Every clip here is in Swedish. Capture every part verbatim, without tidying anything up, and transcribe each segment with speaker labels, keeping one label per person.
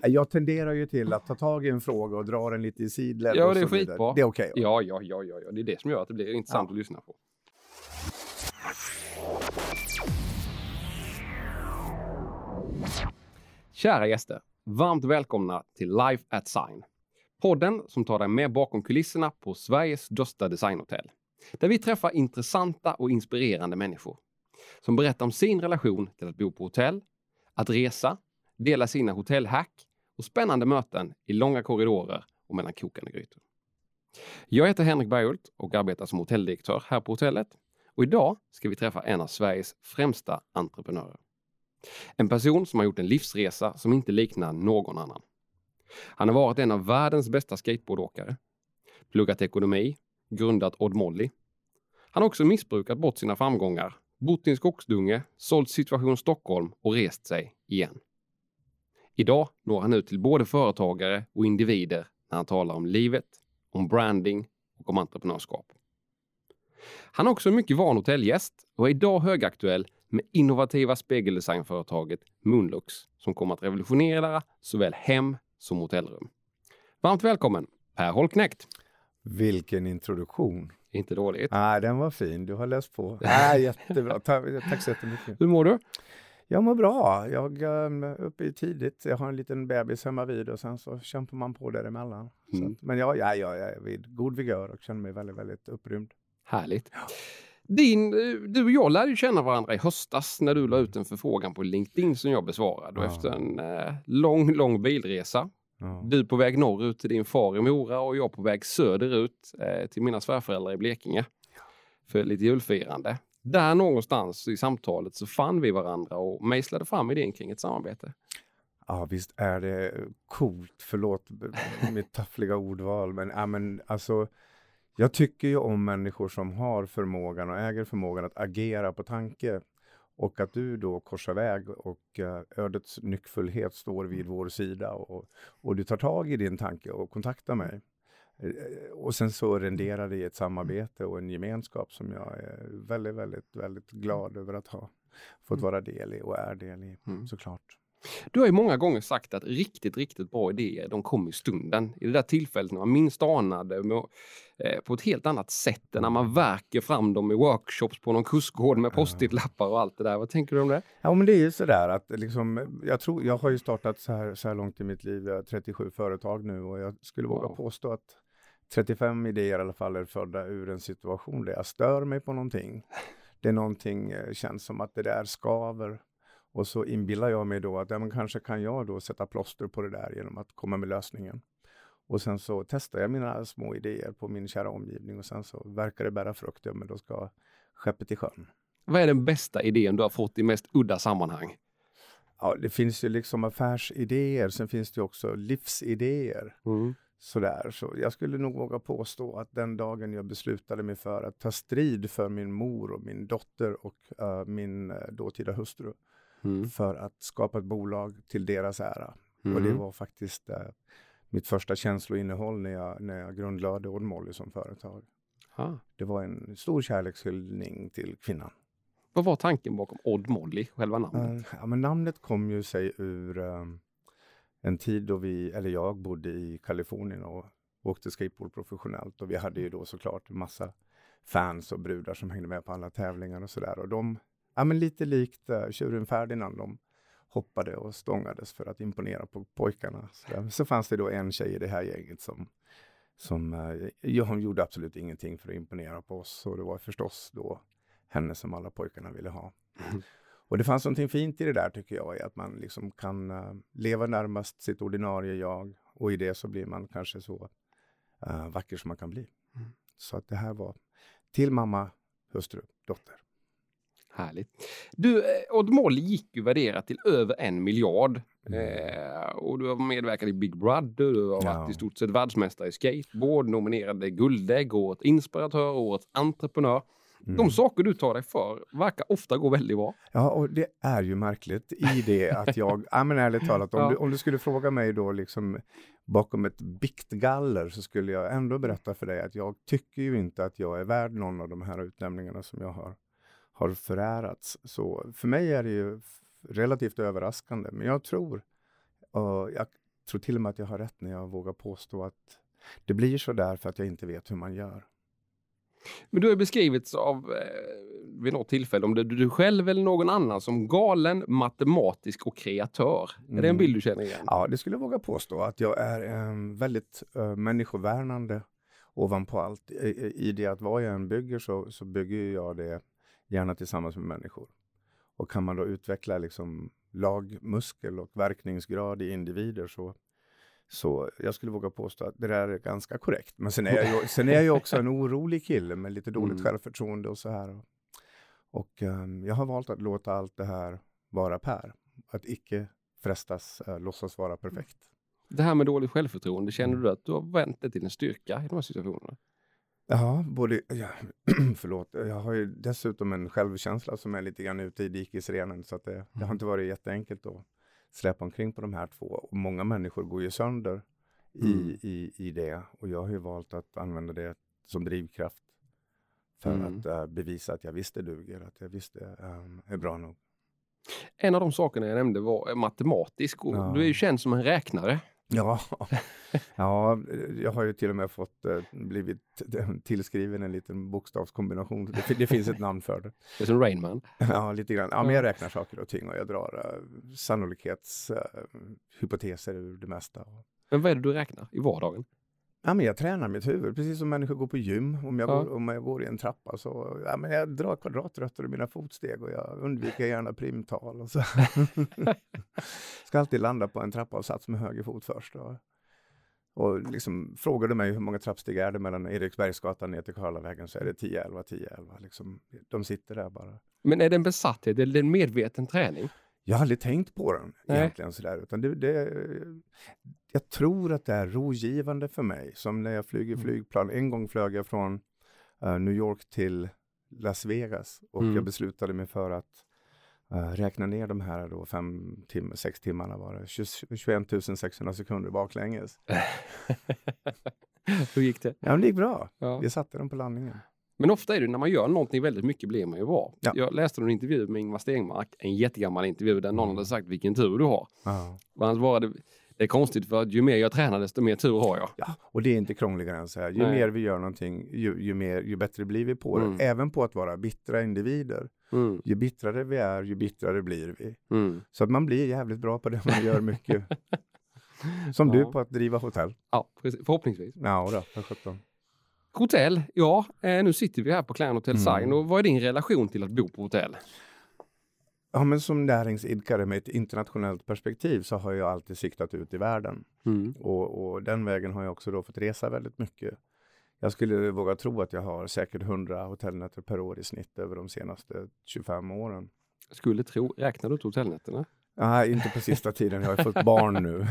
Speaker 1: Jag tenderar ju till att ta tag i en fråga och dra den lite i sidled.
Speaker 2: Ja, det är skitbra.
Speaker 1: Det är okej. Okay,
Speaker 2: ja, ja, ja, ja, ja. Det är det som gör att det blir intressant ja. att lyssna på. Kära gäster, varmt välkomna till Life at Sign. Podden som tar dig med bakom kulisserna på Sveriges största designhotell. Där vi träffar intressanta och inspirerande människor. Som berättar om sin relation till att bo på hotell, att resa, dela sina hotellhack och spännande möten i långa korridorer och mellan kokande grytor. Jag heter Henrik Berghult och arbetar som hotelldirektör här på hotellet. Och idag ska vi träffa en av Sveriges främsta entreprenörer. En person som har gjort en livsresa som inte liknar någon annan. Han har varit en av världens bästa skateboardåkare. Pluggat ekonomi, grundat Odd Molly. Han har också missbrukat bort sina framgångar, bott i en skogsdunge, sålt Situation Stockholm och rest sig igen. Idag når han ut till både företagare och individer när han talar om livet, om branding och om entreprenörskap. Han är också en mycket van hotellgäst och är idag högaktuell med innovativa spegeldesignföretaget Moonlux som kommer att revolutionera såväl hem som hotellrum. Varmt välkommen, Per Holknekt.
Speaker 1: Vilken introduktion.
Speaker 2: Inte dåligt.
Speaker 1: Nej, den var fin. Du har läst på. Nej, jättebra. Tack, tack så jättemycket.
Speaker 2: Hur mår du?
Speaker 1: Jag mår bra. Jag är uppe i tidigt. Jag har en liten bebis hemma vid och sen så kämpar man på däremellan. Mm. Så att, men jag, jag, jag är vid god vigör och känner mig väldigt, väldigt upprymd.
Speaker 2: Härligt. Din, du och jag lärde ju känna varandra i höstas när du la ut en förfrågan på LinkedIn som jag besvarade. Och ja. efter en eh, lång, lång bilresa. Ja. Du på väg norrut till din far i Mora och jag på väg söderut eh, till mina svärföräldrar i Blekinge. Ja. För lite julfirande. Där någonstans i samtalet så fann vi varandra och mejslade fram idén kring ett samarbete.
Speaker 1: Ja, visst är det coolt. Förlåt mitt taffliga ordval. Men, ja, men alltså, jag tycker ju om människor som har förmågan och äger förmågan att agera på tanke. Och att du då korsar väg och ödets nyckfullhet står vid vår sida. Och, och du tar tag i din tanke och kontaktar mig. Och sen så renderar det i ett samarbete och en gemenskap som jag är väldigt, väldigt, väldigt glad över att ha fått vara del i och är del i, mm. såklart.
Speaker 2: Du har ju många gånger sagt att riktigt, riktigt bra idéer, de kommer i stunden. I det där tillfället när man minst anade med, eh, på ett helt annat sätt än när man verkar fram dem i workshops på någon kursgård med post-it-lappar och allt det där. Vad tänker du om det?
Speaker 1: Ja, men det är ju sådär att liksom, jag tror, jag har ju startat så här, så här långt i mitt liv, jag har trettiosju företag nu och jag skulle våga wow. påstå att trettiofem idéer i alla fall är födda ur en situation där jag stör mig på någonting. Det är någonting, eh, känns som att det där skaver. Och så inbillar jag mig då att ja, men kanske kan jag då sätta plåster på det där genom att komma med lösningen. Och sen så testar jag mina små idéer på min kära omgivning och sen så verkar det bära frukt, ja, men då ska skeppet i sjön.
Speaker 2: Vad är den bästa idén du har fått i mest udda sammanhang?
Speaker 1: Ja, det finns ju liksom affärsidéer, sen finns det ju också livsidéer. Mm. Sådär, så jag skulle nog våga påstå att den dagen jag beslutade mig för att ta strid för min mor och min dotter och uh, min uh, dåtida hustru. Mm. För att skapa ett bolag till deras ära. Mm. Och det var faktiskt eh, mitt första känsloinnehåll när jag, när jag grundlade Odd Molly som företag. Ah. Det var en stor kärlekshyllning till kvinnan.
Speaker 2: Vad var tanken bakom Odd Molly, själva namnet?
Speaker 1: Uh, ja, men namnet kom ju sig ur um, en tid då vi, eller jag bodde i Kalifornien och åkte skateboard professionellt. Och vi hade ju då såklart en massa fans och brudar som hängde med på alla tävlingar och sådär. Och de... Ja, men lite likt uh, tjuren Ferdinand, de hoppade och stångades för att imponera på pojkarna. Så, så fanns det då en tjej i det här gänget som, som uh, ja, hon gjorde absolut ingenting för att imponera på oss. Och det var förstås då henne som alla pojkarna ville ha. Mm. Och det fanns någonting fint i det där tycker jag, i att man liksom kan uh, leva närmast sitt ordinarie jag. Och i det så blir man kanske så uh, vacker som man kan bli. Mm. Så att det här var till mamma, hustru, dotter.
Speaker 2: Härligt. Du, Odd Molly gick ju värderat till över en miljard. Mm. Eh, och du har medverkat i Big Brother. Du har varit ja. i stort sett världsmästare i skateboard. Nominerade Guldägg, årets inspiratör, årets entreprenör. Mm. De saker du tar dig för verkar ofta gå väldigt bra.
Speaker 1: Ja, och det är ju märkligt i det att jag, ja men ärligt talat, om, ja. du, om du skulle fråga mig då liksom bakom ett biktgaller så skulle jag ändå berätta för dig att jag tycker ju inte att jag är värd någon av de här utnämningarna som jag har. har förärats. Så för mig är det ju relativt överraskande. Men jag tror, uh, jag tror till och med att jag har rätt när jag vågar påstå att det blir så där för att jag inte vet hur man gör.
Speaker 2: Men du har beskrivits av eh, vid något tillfälle, om det är du själv eller någon annan, som galen, matematisk och kreatör. Mm. Är det en bild du känner igen?
Speaker 1: Ja, det skulle jag våga påstå. Att jag är um, väldigt uh, människovärnande ovanpå allt. I, I det att vad jag än bygger så, så bygger jag det gärna tillsammans med människor. Och kan man då utveckla liksom lagmuskel och verkningsgrad i individer så Så jag skulle våga påstå att det där är ganska korrekt. Men sen är jag ju, sen är jag ju också en orolig kille med lite dåligt mm. självförtroende och så här. Och, och um, jag har valt att låta allt det här vara Per. Att icke frestas uh, låtsas vara perfekt.
Speaker 2: Det här med dåligt självförtroende, känner du att du har vänt det till en styrka i de här situationerna?
Speaker 1: Ja, både, ja, förlåt. Jag har ju dessutom en självkänsla som är lite grann ute i dikesrenen. Så att det, det har inte varit jätteenkelt då. Släppa omkring på de här två. Och många människor går ju sönder i, mm. i, i det. Och jag har ju valt att använda det som drivkraft. För mm. att uh, bevisa att jag visste duger. Att jag visste um, är bra nog.
Speaker 2: En av de sakerna jag nämnde var matematisk. Och ja. Du är ju känd som en räknare.
Speaker 1: Ja. ja, jag har ju till och med fått uh, blivit tillskriven en liten bokstavskombination. Det, det finns ett namn för det.
Speaker 2: Det är som Rain Man.
Speaker 1: Ja, lite grann. Ja, men jag räknar saker och ting och jag drar uh, sannolikhetshypoteser uh, ur det mesta.
Speaker 2: Men vad är det du räknar i vardagen?
Speaker 1: Ja, men jag tränar mitt huvud, precis som människor går på gym. Om jag, ja. går, om jag går i en trappa så ja, men jag drar kvadratrötter i mina fotsteg och jag undviker gärna primtal. Och så. Ska alltid landa på en trappa och sats med höger fot först. Och, och liksom frågade mig hur många trappsteg är det mellan Eriksbergsgatan ner till Karlavägen, så är det tio elva, tio elva. Liksom, de sitter där bara.
Speaker 2: Men är det en besatthet eller en medveten träning?
Speaker 1: Jag har aldrig tänkt på den Nej. egentligen sådär, utan det, det, jag tror att det är rogivande för mig. Som när jag flyger flygplan. En gång flög jag från uh, New York till Las Vegas och mm. jag beslutade mig för att uh, räkna ner de här då fem timmar, sex timmarna var det. tjugoett tusen sexhundra sekunder baklänges.
Speaker 2: Hur gick det?
Speaker 1: Ja, men det gick bra. Ja. Jag satte dem på landningen.
Speaker 2: Men ofta är det när man gör någonting väldigt mycket blir man ju bra.
Speaker 1: Ja.
Speaker 2: Jag läste en intervju med Ingmar Stenmark, en jättegammal intervju där någon mm. hade sagt vilken tur du har.
Speaker 1: Ja.
Speaker 2: Annars var det, det är konstigt för att ju mer jag tränar desto mer tur har jag.
Speaker 1: Ja, och det är inte krångligare än så här. Ju Nej. mer vi gör någonting, ju, ju, mer, ju bättre blir vi på det. Mm. Även på att vara bittra individer. Mm. Ju bittrare vi är, ju bittrare blir vi. Mm. Så att man blir jävligt bra på det man gör mycket. Som ja. du på att driva hotell.
Speaker 2: Ja, förhoppningsvis.
Speaker 1: Ja, då, för sjutton.
Speaker 2: Hotell, ja, eh, nu sitter vi här på Klein Hotel Sign mm. och vad är din relation till att bo på hotell?
Speaker 1: Ja, men som näringsidkare med ett internationellt perspektiv så har jag alltid siktat ut i världen. Mm. Och, och den vägen har jag också då fått resa väldigt mycket. Jag skulle våga tro att jag har säkert hundra hotellnätter per år i snitt över de senaste tjugofem åren.
Speaker 2: Jag skulle tro, räknar du ut hotellnätterna?
Speaker 1: Nej, inte på sista tiden. Jag har fått barn nu.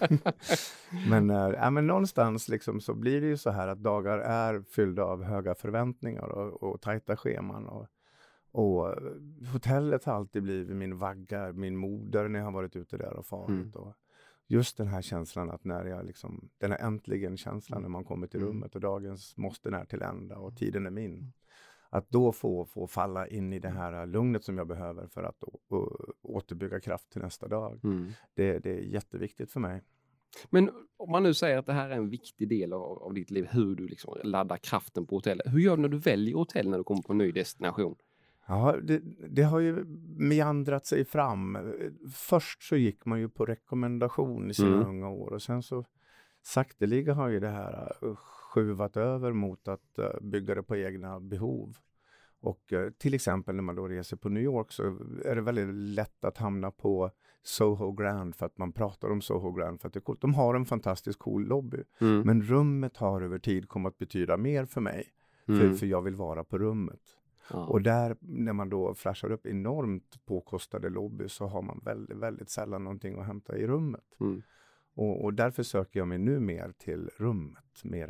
Speaker 1: men, äh, men någonstans liksom så blir det ju så här att dagar är fyllda av höga förväntningar och, och tajta scheman. Och, och hotellet har alltid blivit min vagga, min moder när jag har varit ute där och farit. Mm. Och just den här känslan att när jag liksom, den här äntligen känslan när man kommer till rummet och dagens måste är till ända och tiden är min. Att då få, få falla in i det här lugnet som jag behöver för att å, å, återbygga kraft till nästa dag. Mm. Det, det är jätteviktigt för mig.
Speaker 2: Men om man nu säger att det här är en viktig del av, av ditt liv, hur du liksom laddar kraften på hotellet. Hur gör du när du väljer hotell när du kommer på en ny destination?
Speaker 1: Ja, det, det har ju meandrat sig fram. Först så gick man ju på rekommendation i sina mm. unga år och sen så sakteliga har ju det här skjuvat över mot att uh, bygga det på egna behov. Och uh, till exempel när man då reser på New York så är det väldigt lätt att hamna på Soho Grand för att man pratar om Soho Grand för att det är coolt. De har en fantastiskt cool lobby. Mm. Men rummet har över tid kommit att betyda mer för mig. Mm. För, för jag vill vara på rummet. Ja. Och där när man då flashar upp enormt påkostade lobby så har man väldigt, väldigt sällan någonting att hämta i rummet. Mm. Och, och därför söker jag mig nu mer till rummet mer än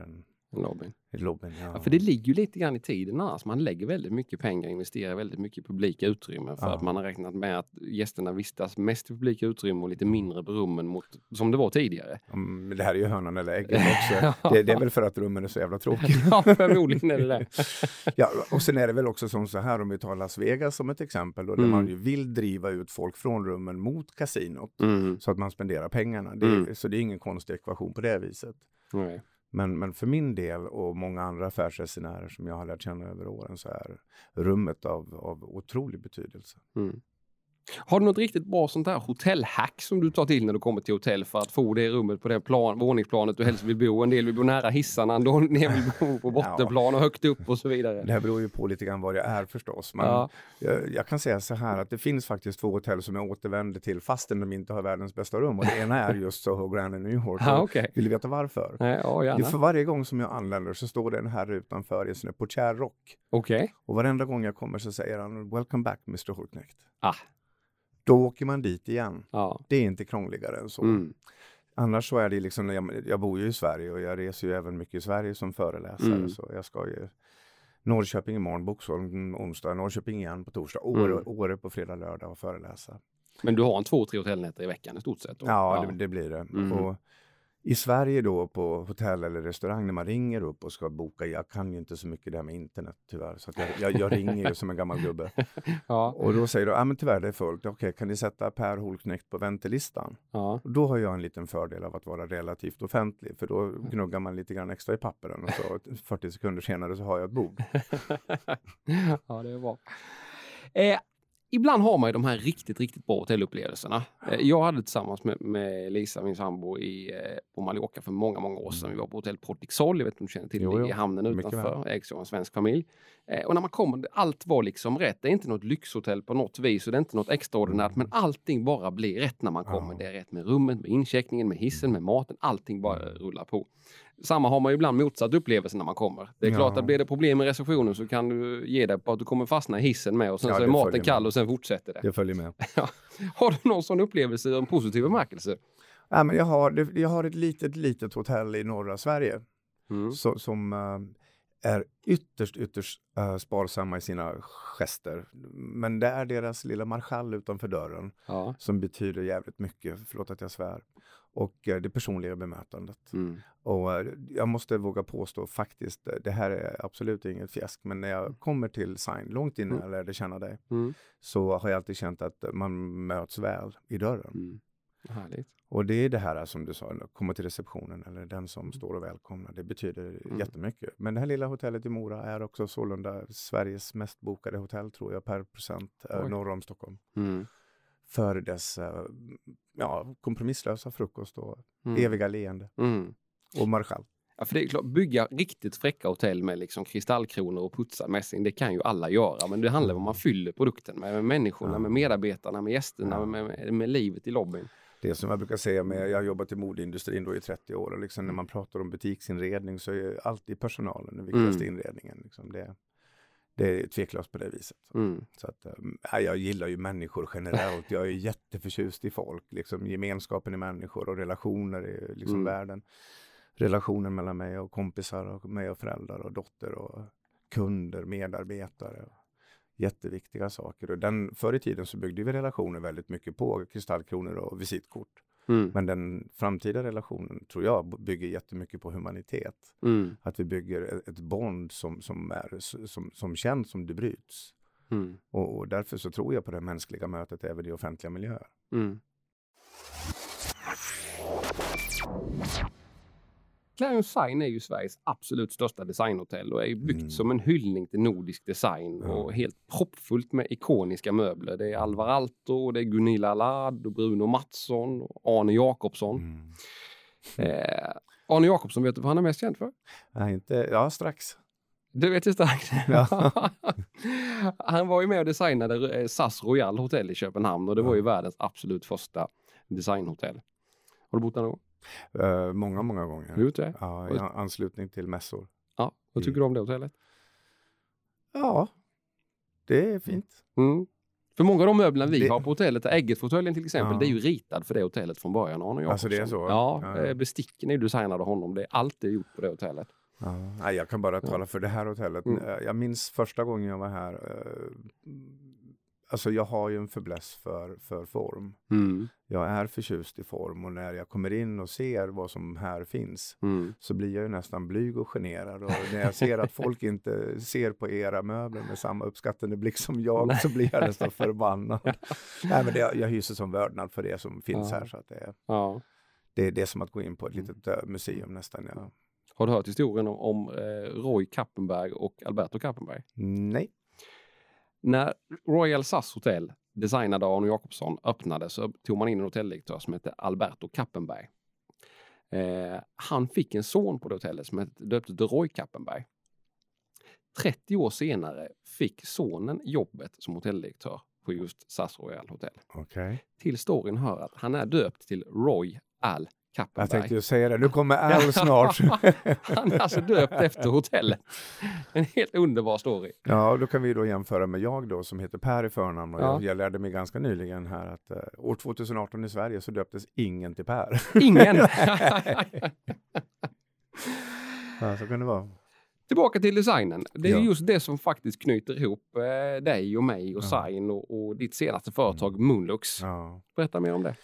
Speaker 2: Lobbyn.
Speaker 1: I lobbyn, ja.
Speaker 2: Ja, för det ligger ju lite grann i tiden annars. Man lägger väldigt mycket pengar, investerar väldigt mycket i publika utrymmen för
Speaker 1: Ja.
Speaker 2: att man har räknat med att gästerna vistas mest i publika utrymmen och lite mindre på rummen mot, som det var tidigare.
Speaker 1: Mm, det här är ju hönan eller ägget också. det, det är väl för att rummen är så jävla tråkiga.
Speaker 2: Ja, förmodligen är det det.
Speaker 1: Ja, och sen är det väl också som så här, om vi tar Las Vegas som ett exempel, då, där
Speaker 2: Mm.
Speaker 1: man ju vill driva ut folk från rummen mot kasinot
Speaker 2: Mm.
Speaker 1: så att man spenderar pengarna. Det,
Speaker 2: Mm.
Speaker 1: Så det är ingen konstig ekvation på det viset.
Speaker 2: Nej.
Speaker 1: Men, men för min del och många andra affärsresenärer som jag har lärt känna över åren så är rummet av, av otrolig betydelse.
Speaker 2: Mm. Har du något riktigt bra sånt där hotellhack som du tar till när du kommer till hotell för att få det rummet på det plan, våningsplanet du helst vill bo? En del vill bo nära hissarna, en del vill bo på bottenplan och högt upp och så vidare.
Speaker 1: Det här beror ju på lite grann vad det är förstås. Men
Speaker 2: Ja.
Speaker 1: jag, jag kan säga så här att det finns faktiskt två hotell som jag återvänder till fastän de inte har världens bästa rum. Och det ena är just Soho Grand i New York.
Speaker 2: Ja, okay.
Speaker 1: Vill du veta varför?
Speaker 2: Nej, ja, gärna.
Speaker 1: För varje gång som jag anländer så står det en här utanför i en sån här portiärrock.
Speaker 2: Okej. Okay.
Speaker 1: Och varenda gång jag kommer så säger han "Welcome back mister Hultknecht".
Speaker 2: Ah.
Speaker 1: Då åker man dit igen.
Speaker 2: Ja.
Speaker 1: Det är inte krångligare än så. Mm. Annars så är det liksom, jag, jag bor ju i Sverige och jag reser ju även mycket i Sverige som föreläsare. Mm. Så jag ska ju Norrköping imorgon, Boxholm onsdag, Norrköping igen på torsdag, Åre, mm. Åre på fredag, lördag och föreläsa.
Speaker 2: Men du har en två, tre hotellnätter i veckan i stort sett då?
Speaker 1: Ja, ja. Det, det blir det. Mm. Och i Sverige då på hotell eller restaurang när man ringer upp och ska boka, jag kan ju inte så mycket där med internet tyvärr, så att jag, jag, jag ringer ju som en gammal gubbe. Ja. Och då säger du, ja ah, men tyvärr det är fullt, okej okay, kan ni sätta Per Hultknecht på väntelistan? Ja. Och då har jag en liten fördel av att vara relativt offentlig, för då gnuggar man lite grann extra i papperen och så fyrtio sekunder senare så har jag ett bord.
Speaker 2: Ja, det är bra. Eh. Ibland har man ju de här riktigt, riktigt bra hotellupplevelserna. Jag hade tillsammans med, med Lisa, min sambo, i, på Mallorca för många, många år sedan. Vi var på hotell Portixol, jag vet inte om du känner till jo, det, i hamnen utanför. Ägs av en svensk familj. Och när man kommer, allt var liksom rätt. Det är inte något lyxhotell på något vis och det är inte något extraordinärt. Men allting bara blir rätt när man kommer. Ja. Det är rätt med rummet, med incheckningen, med hissen, med maten. Allting bara rullar på. Samma har man ju ibland motsatt upplevelse när man kommer. Det är ja. klart att blir det problem med receptionen så kan du ge dig på att du kommer fastna i hissen med och sen ja, så är maten kall och sen fortsätter det.
Speaker 1: Jag följer med.
Speaker 2: Ja. Har du någon sån upplevelse, en positiv bemärkelse?
Speaker 1: Ja, men jag, har, jag har ett litet, litet hotell i norra Sverige mm. så, som äh, är ytterst, ytterst äh, sparsamma i sina gester. Men det är deras lilla marschall utanför dörren ja. som betyder jävligt mycket, förlåt att jag svär. Och eh, det personliga bemötandet. Mm. Och eh, jag måste våga påstå faktiskt, det här är absolut inget fjäsk, men när jag kommer till Sign, långt innan mm. jag lärde känna dig, mm. så har jag alltid känt att man möts väl i dörren.
Speaker 2: Mm. Härligt.
Speaker 1: Och det är det här som du sa, komma till receptionen eller den som står och välkomnar, det betyder mm. jättemycket. Men det här lilla hotellet i Mora är också sålunda Sveriges mest bokade hotell tror jag per procent eh, norr om Stockholm. Mm. För dess ja, kompromisslösa frukost och mm. eviga leende. Mm. Och marschall.
Speaker 2: Ja, för det är klart, bygga riktigt fräcka hotell med liksom kristallkronor och putsarmässing, det kan ju alla göra. Men det handlar om vad man fyller produkten med, med människorna, ja. med medarbetarna, med gästerna, ja. med, med, med livet i lobbyn.
Speaker 1: Det som jag brukar säga med, jag har jobbat i modeindustrin då i trettio år och liksom när man pratar om butiksinredning så är alltid personalen den viktigaste mm. inredningen. Liksom det Det är tveklöst på det viset. Mm. Så att, äh, jag gillar ju människor generellt. Jag är jätteförtjust i folk. Liksom, gemenskapen i människor och relationer i liksom, mm. världen. Relationen mellan mig och kompisar och mig och föräldrar och dotter och kunder, medarbetare. Jätteviktiga saker. Och den, förr i tiden så byggde vi relationer väldigt mycket på kristallkronor och visitkort. Mm. Men den framtida relationen tror jag bygger jättemycket på humanitet. Mm. Att vi bygger ett bond som, som, är, som, som känns som det bryts. Mm. Och, och därför så tror jag på det mänskliga mötet även i offentliga miljöer. Mm.
Speaker 2: Clarion Sign är ju Sveriges absolut största designhotell och är byggt mm. som en hyllning till nordisk design mm. och helt proppfullt med ikoniska möbler. Det är Alvar Aalto, och det är Gunilla Ladd och Bruno Mattsson och Arne Jacobsson. Mm. Eh, Arne Jacobsson, vet du vad han är mest känd för?
Speaker 1: Nej, inte, ja strax.
Speaker 2: Du vet ju strax. Ja. Han var ju med och designade S A S Royal Hotel i Köpenhamn och det var ju världens absolut första designhotell. Har du bott där någon gång?
Speaker 1: Uh, många, många gånger.
Speaker 2: Du vet det?
Speaker 1: Ja, i anslutning till mässor.
Speaker 2: Ja, vad tycker I... du om det hotellet?
Speaker 1: Ja, det är fint.
Speaker 2: Mm. För många av de möblerna vi det... har på hotellet, Ägget-fåtöljen till exempel,
Speaker 1: ja.
Speaker 2: det är ju ritad för det hotellet från början. Arne
Speaker 1: alltså det är så?
Speaker 2: Ja, ja, ja. Besticken är ju designade av honom. Det är alltid gjort på det hotellet.
Speaker 1: Ja, jag kan bara tala för det här hotellet.
Speaker 2: Mm.
Speaker 1: Jag minns första gången jag var här. Alltså jag har ju en fäbless för, för form.
Speaker 2: Mm.
Speaker 1: Jag är förtjust i form och när jag kommer in och ser vad som här finns
Speaker 2: Mm.
Speaker 1: så blir jag ju nästan blyg och generad. Och när jag ser att folk inte ser på era möbler med samma uppskattande blick som jag Nej. så blir jag nästan förbannad. Nej, men det, jag hyser som vördnad för det som finns
Speaker 2: ja.
Speaker 1: här. Så att det,
Speaker 2: ja.
Speaker 1: det, det är som att gå in på ett litet uh, museum nästan. Ja.
Speaker 2: Har du hört historien om, om eh, Roy Kappenberg och Alberto Kappenberg?
Speaker 1: Nej.
Speaker 2: När Royal SAS Hotel, designad av Arno Jacobsson, öppnade så tog man in en hotelldirektör som hette Alberto Kappenberg. Eh, han fick en son på det hotellet som hette, döpte till Roy Kappenberg. trettio år senare fick sonen jobbet som hotelldirektör på just SAS Royal Hotel.
Speaker 1: Okay.
Speaker 2: Till storyn hör att han är döpt till Roy Al Kappenberg.
Speaker 1: Jag tänkte ju säga det, nu kommer Al snart.
Speaker 2: Han är alltså döpt efter hotellet. En helt underbar story.
Speaker 1: Ja, då kan vi då jämföra med jag då som heter Per i förnamn. Och
Speaker 2: ja.
Speaker 1: jag, jag lärde mig ganska nyligen här att uh, år tjugoarton i Sverige så döptes ingen till Per.
Speaker 2: Ingen!
Speaker 1: Ja, så kan det vara.
Speaker 2: Tillbaka till designen. Det är
Speaker 1: ja.
Speaker 2: just det som faktiskt knyter ihop eh, dig och mig och ja. Sign och, och ditt senaste företag mm. Moonlux.
Speaker 1: Ja.
Speaker 2: Berätta mer om det.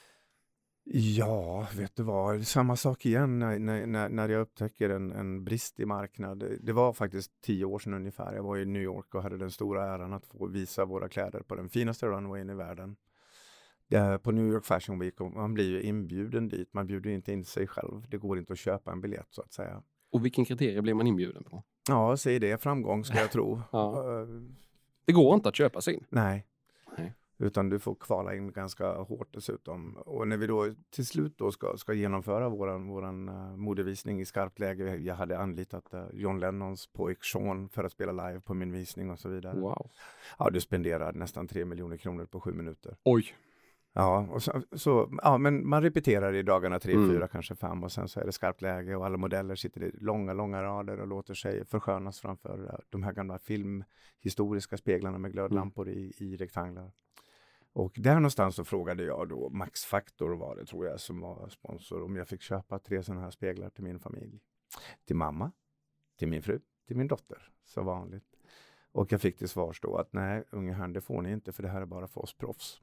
Speaker 1: Ja, vet du vad? Samma sak igen när, när, när jag upptäcker en, en brist i marknad. Det var faktiskt tio år sedan ungefär. Jag var i New York och hade den stora äran att få visa våra kläder på den finaste runwayen i världen. Det, på New York Fashion Week, och man blir ju inbjuden dit. Man bjuder inte in sig själv. Det går inte att köpa en biljett så att säga.
Speaker 2: Och vilken kriterier blir man inbjuden på?
Speaker 1: Ja, säg det. Framgång ska jag tro.
Speaker 2: ja. Det går inte att köpa sig in?
Speaker 1: Nej.
Speaker 2: Nej.
Speaker 1: Utan du får kvala in ganska hårt dessutom. Och när vi då till slut då ska, ska genomföra våran, våran uh, modevisning i skarpt läge. Jag hade anlitat uh, John Lennons pojk Sean för att spela live på min visning och så vidare.
Speaker 2: Wow.
Speaker 1: Ja, du spenderar nästan tre miljoner kronor på sju minuter.
Speaker 2: Oj.
Speaker 1: Ja, och så, så, ja, men man repeterar i dagarna tre,
Speaker 2: mm.
Speaker 1: fyra, kanske fem och sen så är det skarpt läge och alla modeller sitter i långa, långa rader och låter sig förskönas framför uh, de här gamla filmhistoriska speglarna med glödlampor mm. i, i rektanglar. Och där någonstans så frågade jag då, Max Factor var det tror jag som var sponsor, om jag fick köpa tre sådana här speglar till min familj. Till mamma, till min fru, till min dotter, så vanligt. Och jag fick till svars då att nej, unge herrn, det får ni inte för det här är bara för oss proffs.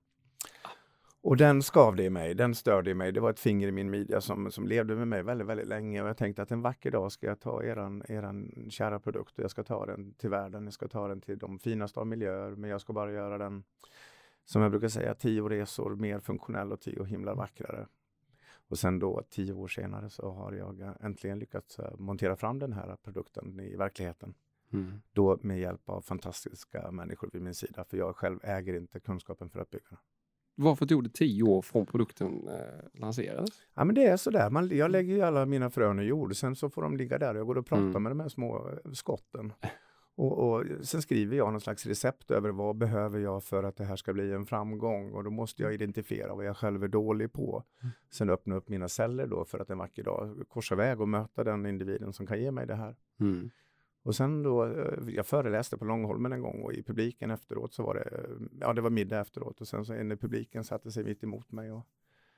Speaker 1: Och den skavde i mig, den störde i mig. Det var ett finger i min midja som, som levde med mig väldigt, väldigt länge. Och jag tänkte att en vacker dag ska jag ta eran, eran kära produkt och jag ska ta den till världen. Jag ska ta den till de finaste av miljöer, men jag ska bara göra den, som jag brukar säga, tio resor mer funktionell och tio himla vackrare. Och sen då, tio år senare, så har jag äntligen lyckats montera fram den här produkten i verkligheten. Mm. Då med hjälp av fantastiska människor vid min sida. För jag själv äger inte kunskapen för att bygga den.
Speaker 2: Varför tog det tio år från produkten eh, lanserades?
Speaker 1: Ja, men det är sådär. Man, jag lägger ju alla mina frön i jord. Sen så får de ligga där och jag går och pratar mm. med de här små skotten. Och, och sen skriver jag någon slags recept över vad behöver jag för att det här ska bli en framgång. Och då måste jag identifiera vad jag själv är dålig på. Mm. Sen öppna upp mina celler då för att en vacker dag korsa väg och möta den individen som kan ge mig det här. Mm. Och sen då, jag föreläste på Långholmen en gång och i publiken efteråt så var det, ja det var middag efteråt och sen så en i publiken satte sig mitt emot mig och,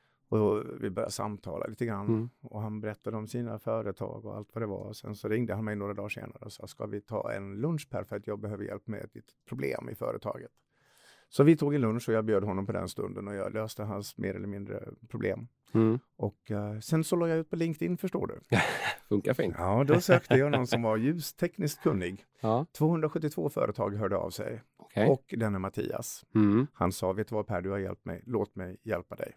Speaker 1: och vi började samtala lite grann mm. och han berättade om sina företag och allt vad det var och sen så ringde han mig några dagar senare och sa, ska vi ta en lunch Per för att jag behöver hjälp med ett problem i företaget. Så vi tog en lunch och jag bjöd honom på den stunden och jag löste hans mer eller mindre problem. Mm. Och uh, sen så låg jag ut på LinkedIn, förstår du.
Speaker 2: Funkar fint.
Speaker 1: Ja, då sökte jag någon som var ljustekniskt kunnig.
Speaker 2: Ja.
Speaker 1: tvåhundrasjuttiotvå företag hörde av sig.
Speaker 2: Okay.
Speaker 1: Och den är Mattias. Mm. Han sa, vet du vad Per, du har hjälpt mig. Låt mig hjälpa dig.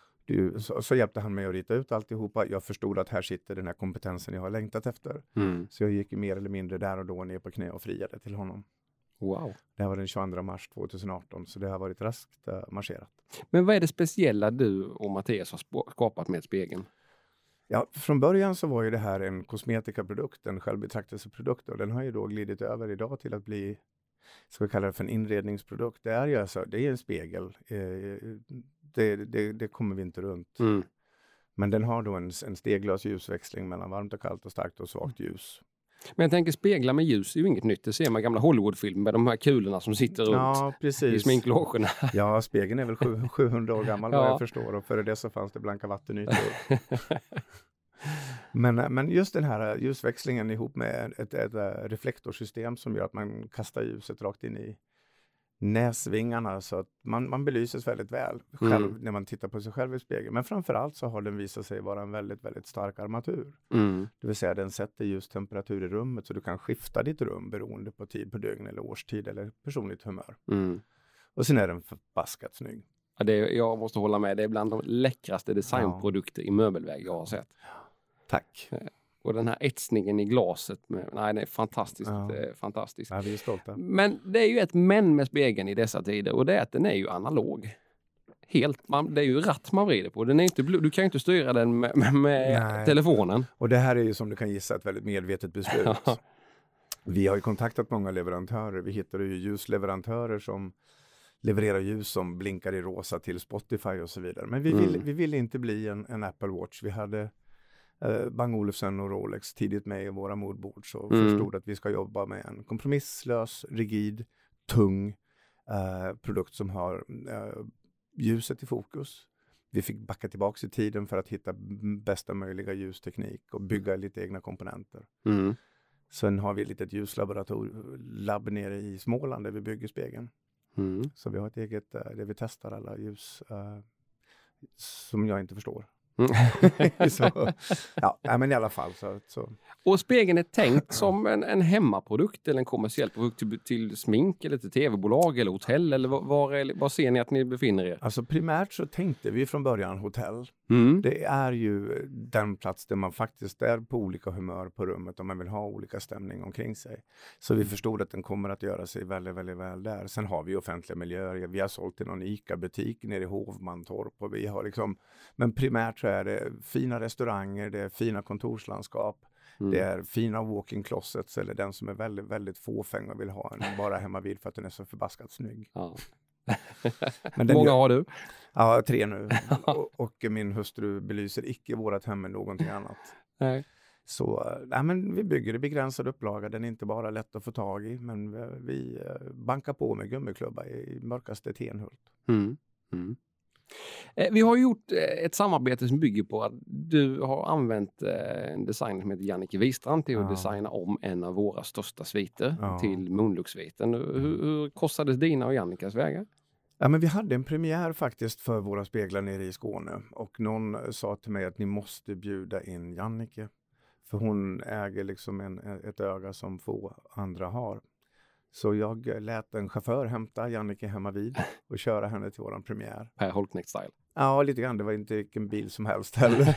Speaker 1: Du, så, så hjälpte han mig att rita ut alltihopa. Jag förstod att här sitter den här kompetensen jag har längtat efter. Mm. Så jag gick mer eller mindre där och då ner på knä och friade till honom.
Speaker 2: Wow.
Speaker 1: Det här var den tjugoandra mars tjugoarton, så det har varit raskt uh, marscherat.
Speaker 2: Men vad är det speciella du och Mattias har sp- skapat med spegeln?
Speaker 1: Ja, från början så var ju det här en kosmetikaprodukt, en självbetraktelseprodukt och den har ju då glidit över idag till att bli, ska vi kalla det för en inredningsprodukt. Det är ju alltså, det är en spegel, eh, det, det, det kommer vi inte runt. Mm. Men den har då en, en steglös ljusväxling mellan varmt och kallt och starkt och svagt ljus.
Speaker 2: Men jag tänker speglar med ljus är ju inget nytt. Det ser man i gamla Hollywoodfilmer med de här kulorna som sitter runt
Speaker 1: ja, precis.
Speaker 2: i sminklogerna.
Speaker 1: Ja, spegeln är väl sju, sjuhundra år gammal
Speaker 2: ja.
Speaker 1: vad jag förstår. Och före det så fanns det blanka vattenytor. Men, men just den här ljusväxlingen ihop med ett, ett, ett reflektorsystem som gör att man kastar ljuset rakt in i näsvingarna så att man, man belyses väldigt väl själv mm. när man tittar på sig själv i spegeln. Men framförallt så har den visat sig vara en väldigt, väldigt stark armatur. Mm. Det vill säga den sätter ljustemperatur i rummet så du kan skifta ditt rum beroende på tid på dygn eller årstid eller personligt humör. Mm. Och sen är den förbaskat snygg.
Speaker 2: Ja, det är, jag måste hålla med, det är bland de läckraste designprodukter ja. i möbelväg jag har sett.
Speaker 1: Tack.
Speaker 2: Och den här etsningen i glaset, med, nej det är fantastiskt. Ja. Det är fantastiskt.
Speaker 1: Ja, vi är stolta.
Speaker 2: Men det är ju ett men med spegeln i dessa tider och det är att den är ju analog. Helt, man, det är ju ratt man vrider på. Den är inte, du kan ju inte styra den med, med, med telefonen.
Speaker 1: Och det här är ju som du kan gissa ett väldigt medvetet beslut. Vi har ju kontaktat många leverantörer. Vi hittar ju ljusleverantörer som levererar ljus som blinkar i rosa till Spotify och så vidare. Men vi vill, mm. vi vill inte bli en, en Apple Watch. Vi hade eh, Bang Olufsen och Rolex tidigt med i våra modbord så mm. förstod att vi ska jobba med en kompromisslös, rigid, tung eh, produkt som har eh, ljuset i fokus. Vi fick backa tillbaka i tiden för att hitta bästa möjliga ljusteknik och bygga lite egna komponenter. Mm. Sen har vi ett litet ljuslaboratorium nere i Småland där vi bygger spegeln. Mm. Så vi har ett eget där vi testar alla ljus uh, som jag inte förstår. Mm. så, ja, men i alla fall. Så, så.
Speaker 2: Och spegeln är tänkt som en, en hemmaprodukt eller en kommersiell produkt till, till smink eller till tv-bolag eller hotell eller var, var, var ser ni att ni befinner er?
Speaker 1: Alltså primärt så tänkte vi från början hotell. Mm. Det är ju den plats där man faktiskt är på olika humör på rummet och man vill ha olika stämning omkring sig. Så vi förstod att den kommer att göra sig väldigt, väldigt väl där. Sen har vi offentliga miljöer. Vi har sålt till någon ICA-butik nere i Hovmantorp och vi har liksom, men primärt så är det fina restauranger, det är fina kontorslandskap. Mm. Det är fina walk-in closets eller den som är väldigt, väldigt fåfäng och vill ha en bara hemma vid för att den är så förbaskat snygg.
Speaker 2: Ja. Men den många gör, har du?
Speaker 1: Ja, tre nu. och, och min hustru belyser icke vårat hem med någonting annat.
Speaker 2: Nej.
Speaker 1: Så nej, men vi bygger i begränsad upplaga. Den är inte bara lätt att få tag i, men vi, vi bankar på med gummiklubba i mörkaste Tenhult.
Speaker 2: Mm. Mm. Vi har gjort ett samarbete som bygger på att du har använt en designer som heter Jannike Wistrand till att ja. designa om en av våra största sviter ja. till Moonlux-sviten. Hur, hur korsades dina och Jannikas vägar?
Speaker 1: Ja, men vi hade en premiär faktiskt för våra speglar nere i Skåne och någon sa till mig att ni måste bjuda in Jannike för hon äger liksom en, ett öga som få andra har. Så jag lät en chaufför hämta Jannike hemma vid och köra henne till våran premiär.
Speaker 2: Per Holknekt-style.
Speaker 1: Ja, lite grann. Det var inte vilken bil som helst heller.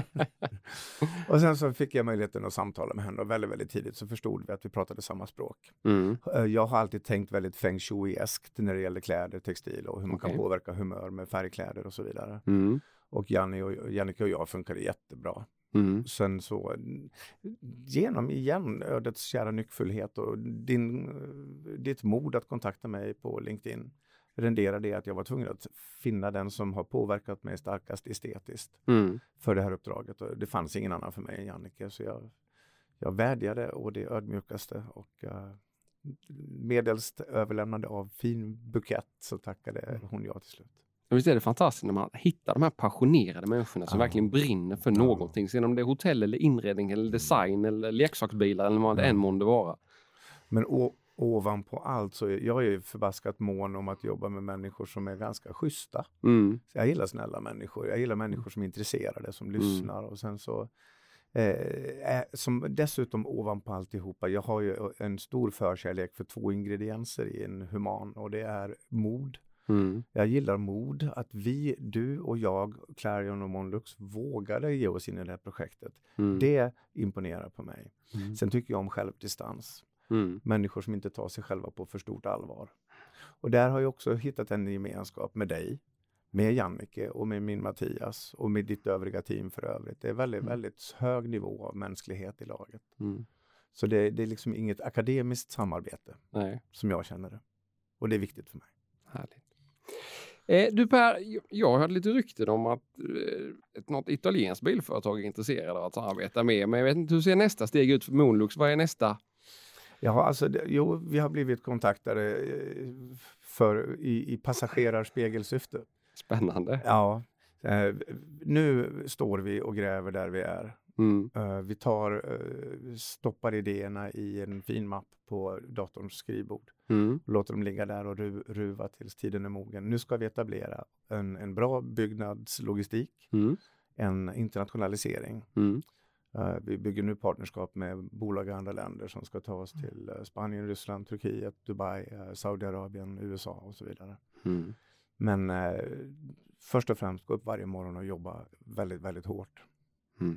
Speaker 1: Och sen så fick jag möjligheten att samtala med henne och väldigt, väldigt tidigt så förstod vi att vi pratade samma språk. Mm. Jag har alltid tänkt väldigt feng shui-eskt när det gäller kläder, textil och hur man okay. kan påverka humör med färgkläder och så vidare. Mm. Och Janne och Jannike och jag funkade jättebra. Mm. Sen så genom igen ödets kära nyckfullhet och din, ditt mod att kontakta mig på LinkedIn renderade det att jag var tvungen att finna den som har påverkat mig starkast estetiskt mm. för det här uppdraget. Och det fanns ingen annan för mig än Jannike så jag, jag vädjade och det ödmjukaste och uh, medelst överlämnande av fin bukett så tackade hon ja till slut.
Speaker 2: Visst är det fantastiskt när man hittar de här passionerade människorna som ja. verkligen brinner för ja. någonting. Sen om det är hotell eller inredning eller design eller leksaksbilar eller vad det än månde vara.
Speaker 1: Men o- ovanpå allt så är jag är förbaskat mån om att jobba med människor som är ganska schyssta. Mm. Så jag gillar snälla människor. Jag gillar människor som är intresserade, som lyssnar mm. och sen så eh, som dessutom ovanpå alltihopa. Jag har ju en stor förkärlek för två ingredienser i en human och det är mod. Mm. Jag gillar mod, att vi, du och jag, Clarion och Moonlux vågade ge oss in i det här projektet. Mm. Det imponerar på mig. Mm. Sen tycker jag om självdistans. Mm. Människor som inte tar sig själva på för stort allvar. Och där har jag också hittat en gemenskap med dig, med Jannike och med min Mattias och med ditt övriga team för övrigt. Det är väldigt, mm. väldigt hög nivå av mänsklighet i laget. Mm. Så det, det är liksom inget akademiskt samarbete. Nej. Som jag känner det. Och det är viktigt för mig.
Speaker 2: Härligt. Eh, du Per, jag hörde lite rykten om att eh, ett, något italienskt bilföretag är intresserade av att samarbeta med. Men jag vet inte, hur ser nästa steg ut för Moonlux? Vad är nästa?
Speaker 1: Ja, alltså, det, jo, vi har blivit kontaktade eh, för, i, i passagerarspiegelsyfte.
Speaker 2: Spännande.
Speaker 1: Ja, Eh, nu står vi och gräver där vi är.
Speaker 2: Mm.
Speaker 1: Uh, vi tar, uh, stoppar idéerna i en fin mapp på datorns skrivbord.
Speaker 2: Mm.
Speaker 1: Låter dem ligga där och ru- ruva tills tiden är mogen. Nu ska vi etablera en, en bra byggnadslogistik.
Speaker 2: Mm.
Speaker 1: En internationalisering.
Speaker 2: Mm.
Speaker 1: Uh, vi bygger nu partnerskap med bolag i andra länder som ska ta oss till uh, Spanien, Ryssland, Turkiet, Dubai, uh, Saudiarabien, U S A och så vidare.
Speaker 2: Mm.
Speaker 1: Men uh, först och främst gå upp varje morgon och jobba väldigt, väldigt hårt.
Speaker 2: Mm.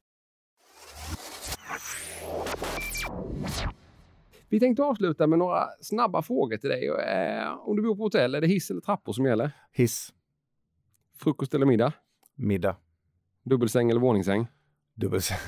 Speaker 2: Vi tänkte avsluta med några snabba frågor till dig. Eh, om du bor på hotell, är det hiss eller trappor som gäller?
Speaker 1: Hiss.
Speaker 2: Frukost eller middag?
Speaker 1: Middag.
Speaker 2: Dubbelsäng eller våningssäng?
Speaker 1: Dubbelsäng.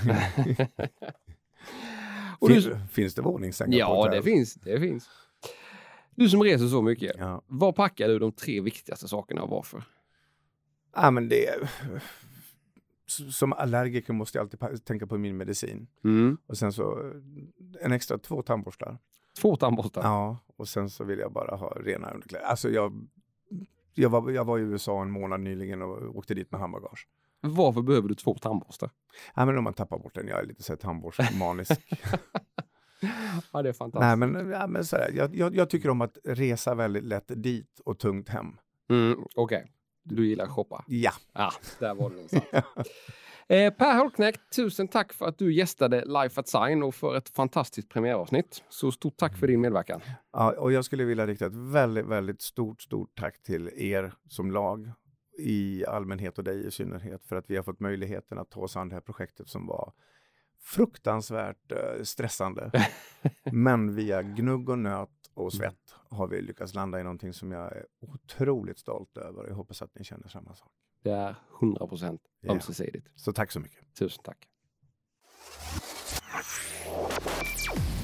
Speaker 2: Och
Speaker 1: Fin,
Speaker 2: du...
Speaker 1: Finns det våningssängar på
Speaker 2: Ja,
Speaker 1: hotell?
Speaker 2: det fins. Det finns. Du som reser så mycket.
Speaker 1: Ja.
Speaker 2: Vad packar du de tre viktigaste sakerna och varför?
Speaker 1: Ja, men det... Som allergiker måste jag alltid pa- tänka på min medicin.
Speaker 2: Mm.
Speaker 1: Och sen så en extra två tandborstar.
Speaker 2: Två tandborstar?
Speaker 1: Ja, och sen så vill jag bara ha rena underkläder. Alltså jag, jag, var, jag var i U S A en månad nyligen och åkte dit med handbagage.
Speaker 2: Varför behöver du två tandborstar?
Speaker 1: Ja, men om man tappar bort den, jag är lite så här tandborstmanisk.
Speaker 2: Ja, det är fantastiskt.
Speaker 1: Nej, men, ja, men så här, jag, jag, jag tycker om att resa väldigt lätt dit och tungt hem.
Speaker 2: Mm, Okej, okay. Du gillar att shoppa?
Speaker 1: Ja.
Speaker 2: Ja, där var det någonstans. eh, Per Holknekt, tusen tack för att du gästade Life at Sign och för ett fantastiskt premiäravsnitt. Så stort tack för din medverkan.
Speaker 1: Ja, och jag skulle vilja rikta ett väldigt, väldigt stort, stort tack till er som lag i allmänhet och dig i synnerhet för att vi har fått möjligheten att ta oss an det här projektet som var fruktansvärt eh, stressande. Men via gnugg och nöt och svett har vi lyckats landa i någonting som jag är otroligt stolt över. Jag hoppas att ni känner samma sak.
Speaker 2: Det är hundra procent ömsesidigt.
Speaker 1: Så tack så mycket.
Speaker 2: Tusen tack.